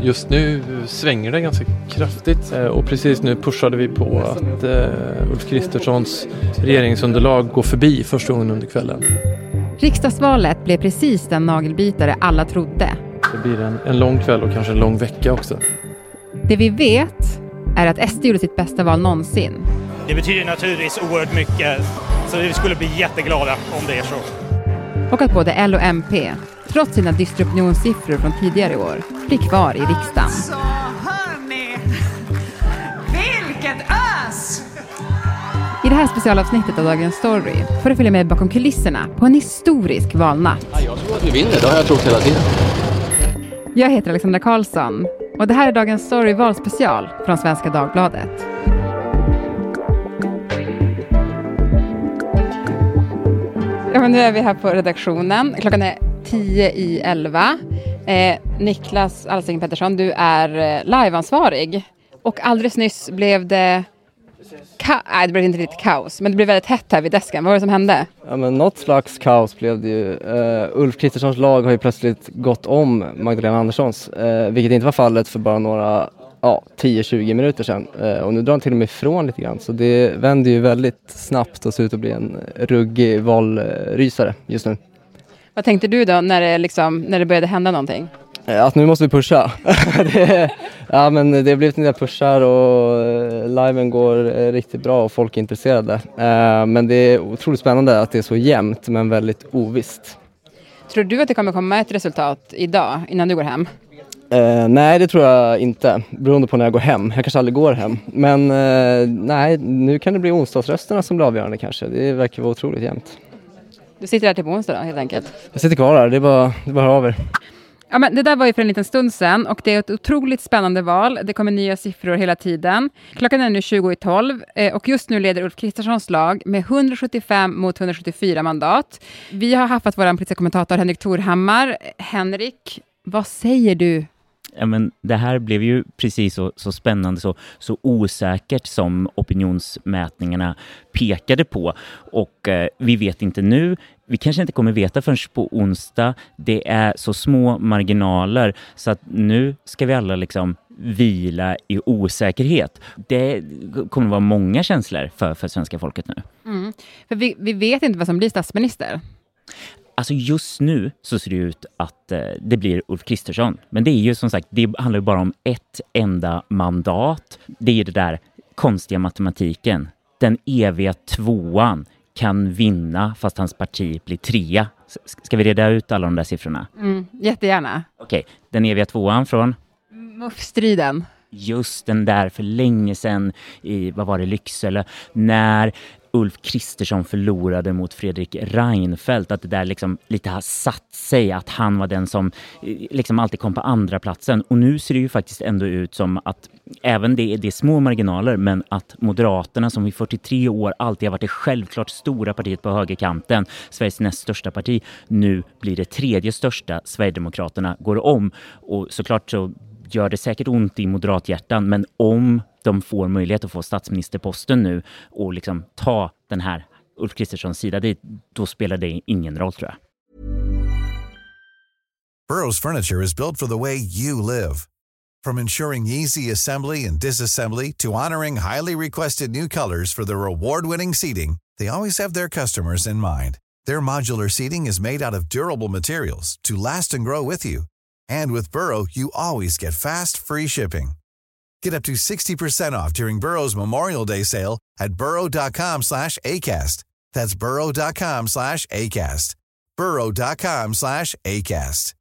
Just nu svänger det ganska kraftigt och precis nu pushade vi på att Ulf Kristerssons regeringsunderlag går förbi första gången under kvällen. Riksdagsvalet blev precis den nagelbitare alla trodde. Det blir en lång kväll och kanske en lång vecka också. Det vi vet är att SD gjorde sitt bästa val någonsin. Det betyder naturligtvis oerhört mycket, så vi skulle bli jätteglada om det är så. Och att både L och MP, trots sina dystra opinionssiffror från tidigare år, blir kvar i riksdagen. Så hörni, vilket ös! I det här specialavsnittet av Dagens Story får du följa med bakom kulisserna på en historisk valnatt. Ja, jag tror att vi vinner, det har jag trott hela tiden. Jag heter Alexandra Karlsson och det här är Dagens Story valspecial från Svenska Dagbladet. Ja, men nu är vi här på redaktionen. Klockan är 10:11. Niklas Alsing Pettersson, du är liveansvarig. Och alldeles nyss blev det... Nej, det blev inte riktigt kaos. Men det blev väldigt hett här vid desken. Vad var det som hände? Ja, men något slags kaos blev det ju. Ulf Kristerssons lag har ju plötsligt gått om Magdalena Anderssons. Vilket inte var fallet för bara några 10-20 minuter sedan. Och nu drar han till och med ifrån lite grann. Så det vänder ju väldigt snabbt och ser ut att bli en ruggig valrysare just nu. Vad tänkte du då när det började hända någonting? Att nu måste vi pusha. Men det har blivit en del pushar och liven går riktigt bra och folk är intresserade. Men det är otroligt spännande att det är så jämnt men väldigt ovisst. Tror du att det kommer komma ett resultat idag innan du går hem? Nej, det tror jag inte. Beroende på när jag går hem. Jag kanske aldrig går hem. Men nej, nu kan det bli onsdagsrösterna som blir avgörande kanske. Det verkar vara otroligt jämnt. Du sitter här till på onsdag då, helt enkelt? Jag sitter kvar här, det är bara att höra av er. Ja, men det där var ju för en liten stund sedan och det är ett otroligt spännande val. Det kommer nya siffror hela tiden. Klockan är nu 20:12 och just nu leder Ulf Kristerssons lag med 175 mot 174 mandat. Vi har haft vår politiska kommentator Henrik Thorhammar. Henrik, vad säger du? Ja, men det här blev ju precis så spännande, så osäkert som opinionsmätningarna pekade på. Och vi vet inte nu. Vi kanske inte kommer veta förrän på onsdag. Det är så små marginaler så att nu ska vi alla liksom vila i osäkerhet. Det kommer vara många känslor för svenska folket nu. Mm. För vi vet inte vad som blir statsminister. Alltså just nu så ser det ut att det blir Ulf Kristersson. Men det är ju som sagt, det handlar ju bara om ett enda mandat. Det är det där konstiga matematiken. Den eviga tvåan kan vinna fast hans parti blir trea. Ska vi reda ut alla de där siffrorna? Jättegärna. Okej, den eviga tvåan från? MUF-striden. Just den där för länge sedan i, vad var det, Lycksele, när Ulf Kristersson förlorade mot Fredrik Reinfeldt, att det där liksom lite har satt sig, att han var den som liksom alltid kom på andra platsen. Och nu ser det ju faktiskt ändå ut som att även det är små marginaler, men att Moderaterna som i 43 år alltid har varit det självklart stora partiet på högerkanten, Sveriges näst största parti, nu blir det tredje största. Sverigedemokraterna går om, och såklart så gör det säkert ont i moderathjärtan, men om de får möjlighet att få statsministerposten nu och liksom ta den här Ulf Kristerssons sida dit, då spelar det ingen roll, tror jag. Burrow's furniture is built for the way you live. From ensuring easy assembly and disassembly to honoring highly requested new colors for their award-winning seating, they always have their customers in mind. Their modular seating is made out of durable materials to last and grow with you. And with Burrow, you always get fast, free shipping. Get up to 60% off during Burrow's Memorial Day sale at burrow.com/ACAST. That's burrow.com/ACAST. burrow.com/ACAST.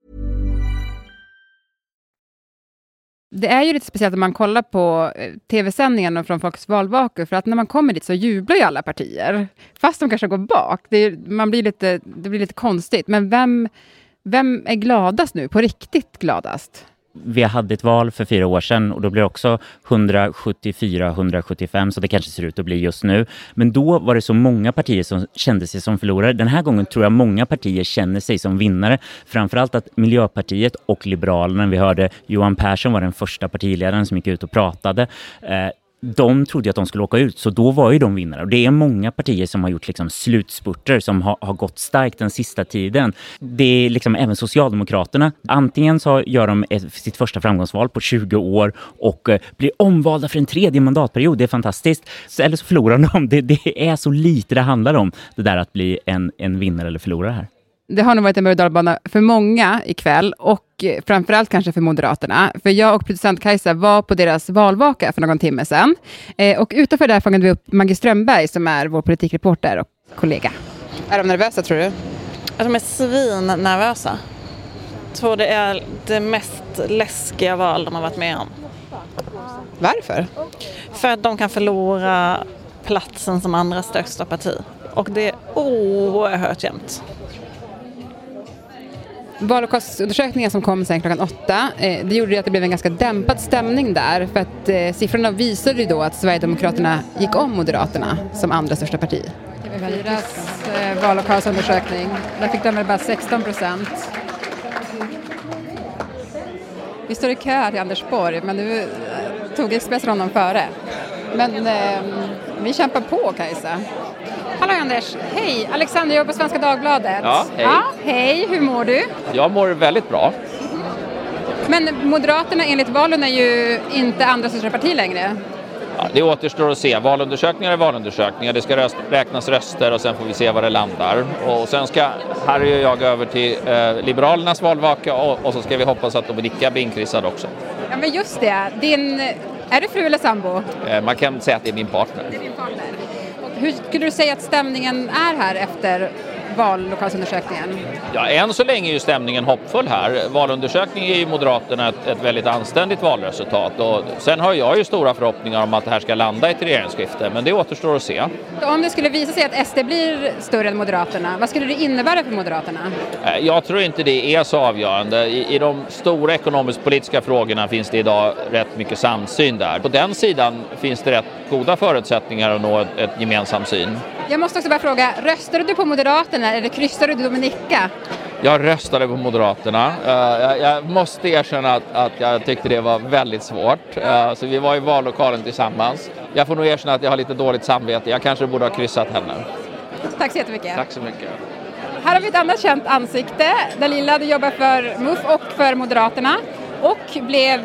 Det är ju lite speciellt när man kollar på tv-sändningarna från Folks valvakor, för att när man kommer dit så jublar ju alla partier. Fast de kanske går bak. Det blir lite konstigt. Men vem är gladast nu? På riktigt gladast? Vi hade ett val för 4 år sedan och då blir det också 174-175, så det kanske ser ut att bli just nu. Men då var det så många partier som kände sig som förlorare. Den här gången tror jag många partier känner sig som vinnare. Framförallt att Miljöpartiet och Liberalerna, vi hörde Johan Persson var den första partiledaren som gick ut och pratade. de trodde att de skulle åka ut, så då var ju de vinnare. Och det är många partier som har gjort liksom slutspurter som har gått starkt den sista tiden. Det är liksom även Socialdemokraterna. Antingen så gör de sitt första framgångsval på 20 år och blir omvalda för en 3:e mandatperiod. Det är fantastiskt. Eller så förlorar de. Det är så lite det handlar om, det där att bli en vinnare eller förlorare här. Det har nog varit en berg- och dalbana för många ikväll och framförallt kanske för Moderaterna. För jag och producent Kajsa var på deras valvaka för någon timme sedan. Och utanför där fångade vi upp Maggie Strömberg som är vår politikreporter och kollega. Är de nervösa tror du? De är svinnervösa. Jag tror det är det mest läskiga val de har varit med om. Varför? För att de kan förlora platsen som andra största parti. Och det är oerhört jämnt. Vallokalsundersökningen som kom sen klockan 8, det gjorde att det blev en ganska dämpad stämning där. För att siffrorna visade ju då att Sverigedemokraterna gick om Moderaterna som andra största parti. TV4s vallokalsundersökning, där fick de väl bara 16%. Vi står i kö här till Anders Borg, men nu tog Expressen honom före. Men vi kämpar på, Kajsa. Hallå Anders, hej! Alexander jobbar på Svenska Dagbladet. Ja, hej. Ja, hej, hur mår du? Jag mår väldigt bra. Men Moderaterna enligt valen är ju inte andra största parti längre. Ja, det återstår att se. Valundersökningar är valundersökningar. Det ska räknas röster och sen får vi se var det landar. Och sen ska Harry och jag över till Liberalernas valvaka och så ska vi hoppas att Dominika blir inkryssad också. Ja men just det, är det fru eller sambo? Man kan säga att det är min partner. Det är din partner. Hur skulle du säga att stämningen är här efter vallokalsundersökningen? Ja, än så länge är ju stämningen hoppfull här. Valundersökningen är ju Moderaterna ett väldigt anständigt valresultat. Och sen har jag ju stora förhoppningar om att det här ska landa i ett regeringsskifte. Men det återstår att se. Om det skulle visa sig att SD blir större än Moderaterna, vad skulle det innebära för Moderaterna? Jag tror inte det är så avgörande. I de stora ekonomisk-politiska frågorna finns det idag rätt mycket samsyn där. På den sidan finns det rätt goda förutsättningar att nå ett gemensam syn. Jag måste också bara fråga, röstade du på Moderaterna eller kryssade du Dominika? Jag röstade på Moderaterna. Jag måste erkänna att jag tyckte det var väldigt svårt. Så vi var i vallokalen tillsammans. Jag får nog erkänna att jag har lite dåligt samvete. Jag kanske borde ha kryssat henne. Tack så jättemycket. Tack så mycket. Här har vi ett annat känt ansikte. Dalila, du jobbar för MUF och för Moderaterna. Och blev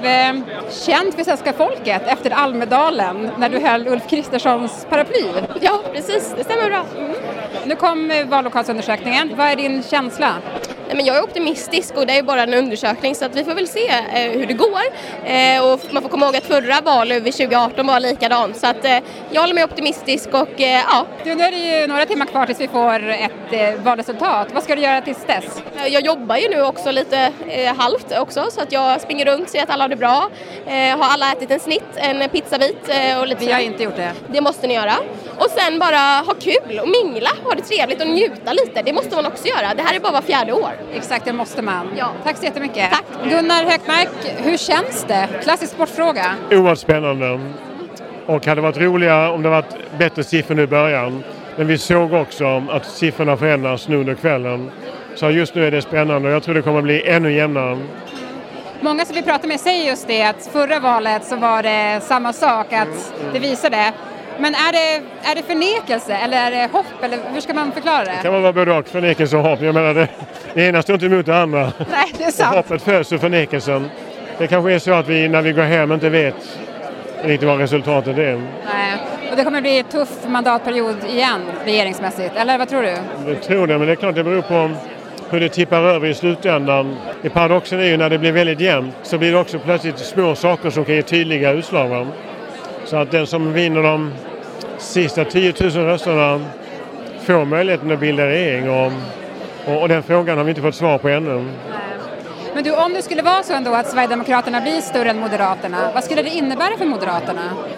känd för svenska folket efter Almedalen när du höll Ulf Kristerssons paraply. Ja, precis. Det stämmer bra. Nu kom vallokalsundersökningen. Vad är din känsla? Men jag är optimistisk och det är bara en undersökning så att vi får väl se hur det går. Och man får komma ihåg att förra valet vid 2018 var likadant. Så att jag håller mig optimistisk och ja. Nu är det ju några timmar kvar tills vi får ett valresultat. Vad ska du göra tills dess? Jag jobbar ju nu också lite halvt också så att jag springer runt, ser att alla har det bra. Har alla ätit en pizzabit och lite. Vi har inte gjort det. Det måste ni göra. Och sen bara ha kul och mingla, ha det trevligt och njuta lite. Det måste man också göra. Det här är bara var 4:e år. Exakt, det måste man. Ja. Tack så jättemycket. Tack. Gunnar Hökmark, hur känns det? Klassisk sportfråga. Oerhört spännande. Och hade varit roligare om det varit bättre siffror nu i början. Men vi såg också att siffrorna förändras nu under kvällen. Så just nu är det spännande och jag tror det kommer att bli ännu jämnare. Många som vi pratar med säger just det att förra valet så var det samma sak, att det visade. Men är det förnekelse eller är det hopp eller hur ska man förklara det? Det kan vara både och, förnekelse och hopp. Jag menar det ena står inte emot det andra. Nej, det är sant. Och hoppet föds ur förnekelsen. Det kanske är så att vi när vi går hem inte vet riktigt vad resultatet är. Nej, och det kommer bli en tuff mandatperiod igen regeringsmässigt, eller vad tror du? Jag tror det, men det är klart det beror på hur det tippar över i slutändan. Paradoxen är ju när det blir väldigt jämnt så blir det också plötsligt små saker som kan ge tydliga utslag. Så att den som vinner de sista 10 000 rösterna får möjligheten att bilda regering och den frågan har vi inte fått svar på ännu. Men du, om det skulle vara så ändå att Sverigedemokraterna blir större än Moderaterna, vad skulle det innebära för Moderaterna?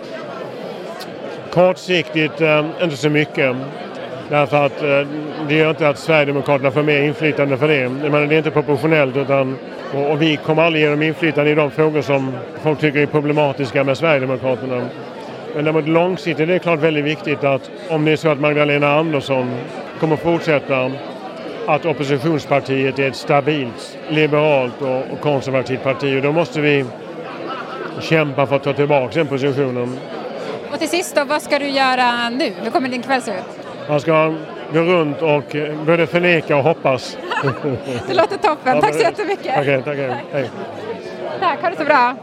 Kortsiktigt inte så mycket. Därför att det gör inte att Sverigedemokraterna får mer inflytande för det. Jag menar, det är inte proportionellt och vi kommer aldrig ge dem inflytande i de frågor som folk tycker är problematiska med Sverigedemokraterna. Men däremot långsiktigt är det klart väldigt viktigt att om det är så att Magdalena Andersson kommer fortsätta att oppositionspartiet är ett stabilt, liberalt och konservativt parti och då måste vi kämpa för att ta tillbaka den positionen. Och till sist då, vad ska du göra nu? Hur kommer din kväll se ut? Jag ska gå runt och både förneka och hoppas. Det låter toppen. Tack så jättemycket. Okej, tack. Hej. Tack, ha det så bra.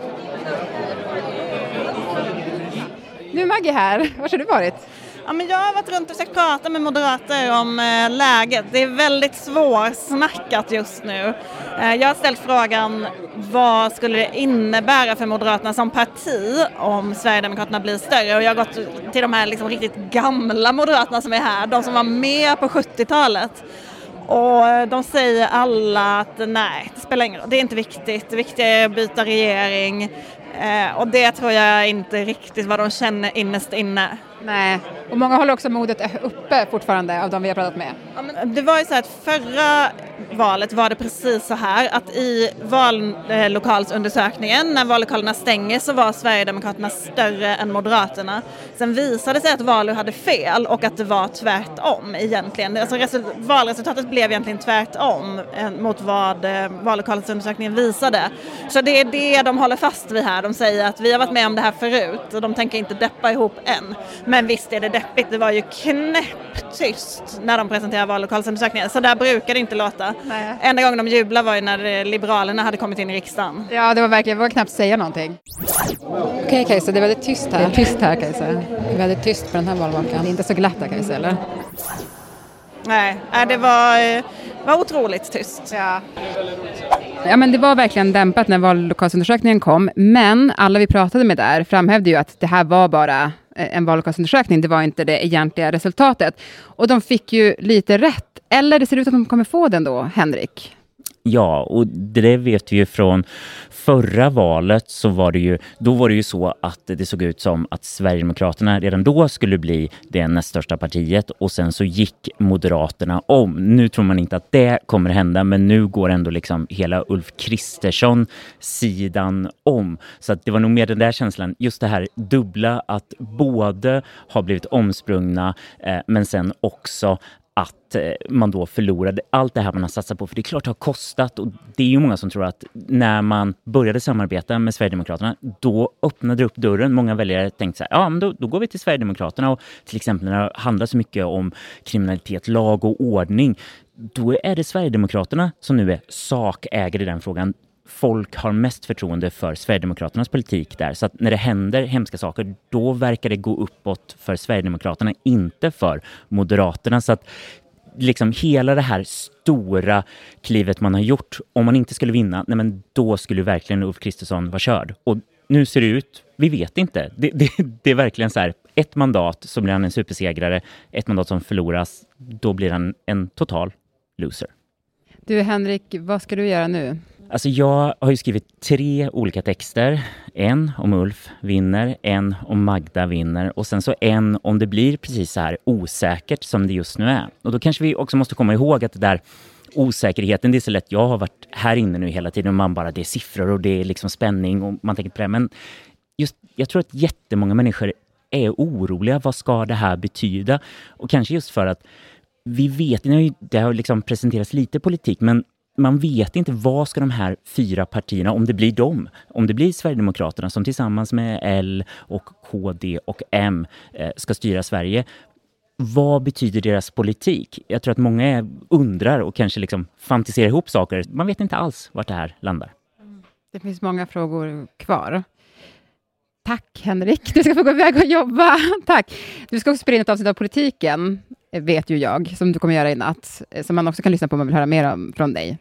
Nu är Maggie här. Var har du varit? Ja, men jag har varit runt och försökt prata med moderater om läget. Det är väldigt svårsnackat just nu. Jag har ställt frågan, vad skulle det innebära för Moderaterna som parti om Sverigedemokraterna blir större? Och jag har gått till de här liksom riktigt gamla Moderaterna som är här, de som var med på 70-talet. Och de säger alla att nej, det spelar ingen roll, det är inte viktigt. Det viktiga är att byta regering. Och det tror jag inte riktigt vad de känner innerst inne. Nej, och många håller också modet uppe fortfarande av de vi har pratat med. Ja, men det var ju så att förra valet var det precis så här att i vallokalsundersökningen när vallokalerna stänger så var Sverigedemokraterna större än Moderaterna. Sen visade det sig att Valu hade fel och att det var tvärtom egentligen. Alltså valresultatet blev egentligen tvärtom mot vad vallokalsundersökningen visade. Så det är det de håller fast vid här. De säger att vi har varit med om det här förut och de tänker inte deppa ihop än. Men visst är det deppigt, det var ju knäpptyst när de presenterade vallokalsundersökningen. Så där brukar det inte låta. Nej. Enda gången de jublade var ju när Liberalerna hade kommit in i riksdagen. Ja, det var verkligen, det var knappt säga någonting. Okej, Kajsa, det är väldigt tyst här. Det är tyst här, Kajsa. Det är väldigt tyst på den här valvakan. Det är inte så glatt här, Kajsa, eller? Nej, det var otroligt tyst. Ja. Ja, men det var verkligen dämpat när vallokalsundersökningen kom. Men alla vi pratade med där framhävde ju att det här var bara en vallokalsundersökning. Det var inte det egentliga resultatet. Och de fick ju lite rätt. Eller det ser ut att de kommer få den då, Henrik? Ja, och det vet vi ju från förra valet så var det ju så att det såg ut som att Sverigedemokraterna redan då skulle bli det näst största partiet och sen så gick Moderaterna om. Nu tror man inte att det kommer hända, men nu går ändå liksom hela Ulf Kristersson sidan om. Så att det var nog mer den där känslan, just det här dubbla, att både har blivit omsprungna men sen också att man då förlorade allt det här man har satsat på. För det är klart det har kostat, och det är ju många som tror att när man började samarbeta med Sverigedemokraterna, då öppnade det upp dörren. Många väljare tänkte så här, ja men då går vi till Sverigedemokraterna, och till exempel när det handlar så mycket om kriminalitet, lag och ordning, då är det Sverigedemokraterna som nu är sakägare i den frågan. Folk har mest förtroende för Sverigedemokraternas politik där. Så att när det händer hemska saker, då verkar det gå uppåt för Sverigedemokraterna, inte för Moderaterna. Så att liksom hela det här stora klivet man har gjort, om man inte skulle vinna, nej men då skulle verkligen Ulf Kristersson vara körd. Och nu ser det ut, vi vet inte. Det är verkligen så här, ett mandat så blir han en supersegrare, ett mandat som förloras, då blir han en total loser. Du Henrik, vad ska du göra nu? Alltså jag har ju skrivit 3 olika texter. En om Ulf vinner, en om Magda vinner och sen så en om det blir precis så här osäkert som det just nu är. Och då kanske vi också måste komma ihåg att det där osäkerheten, det är så lätt. Jag har varit här inne nu hela tiden och man bara, det är siffror och det är liksom spänning och man tänker på det. Men just, jag tror att jättemånga människor är oroliga. Vad ska det här betyda? Och kanske just för att vi vet, det har liksom presenterats lite politik, men man vet inte vad ska de här 4 partierna, om det blir dem, om det blir Sverigedemokraterna som tillsammans med L och KD och M ska styra Sverige. Vad betyder deras politik? Jag tror att många undrar och kanske liksom fantiserar ihop saker. Man vet inte alls vart det här landar. Det finns många frågor kvar. Tack Henrik, du ska få gå iväg och jobba. Tack. Du ska också spela in ett avsnitt av politiken, vet ju jag, som du kommer göra i natt. Som man också kan lyssna på om man vill höra mer om från dig.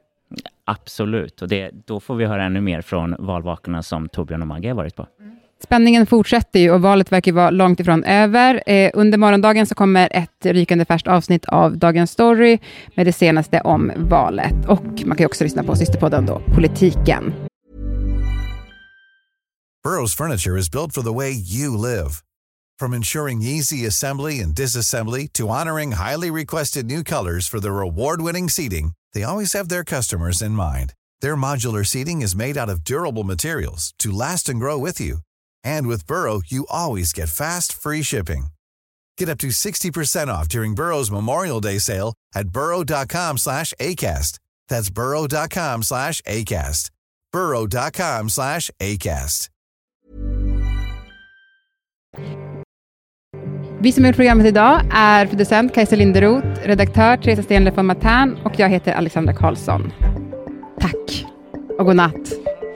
Absolut, och då får vi höra ännu mer från valvakarna som Torbjörn och Maggie har varit på. Spänningen fortsätter ju och valet verkar vara långt ifrån över. Under morgondagen så kommer ett rykande färskt avsnitt av Dagens Story med det senaste om valet. Och man kan ju också lyssna på systerpodden då, Politiken. Burrow's furniture is built for the way you live. From ensuring easy assembly and disassembly to honoring highly requested new colors for their award-winning seating, they always have their customers in mind. Their modular seating is made out of durable materials to last and grow with you. And with Burrow, you always get fast, free shipping. Get up to 60% off during Burrow's Memorial Day sale at burrow.com/ACAST. That's burrow.com/ACAST. burrow.com/ACAST. Vi som har gjort programmet idag är producent Kajsa Linderoth, redaktör Teresa Stenlöf von Matern och jag heter Alexandra Karlsson. Tack och god natt.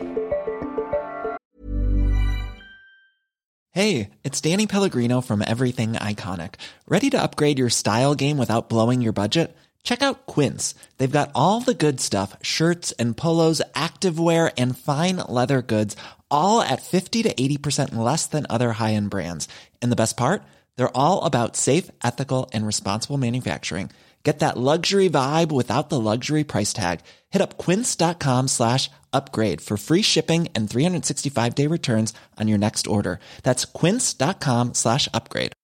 Hey, it's Danny Pellegrino from Everything Iconic. Ready to upgrade your style game without blowing your budget? Check out Quince. They've got all the good stuff, shirts and polos, activewear, and fine leather goods, all at 50 to 80% less than other high-end brands. And the best part? They're all about safe, ethical, and responsible manufacturing. Get that luxury vibe without the luxury price tag. Hit up quince.com/upgrade for free shipping and 365-day returns on your next order. That's quince.com/upgrade.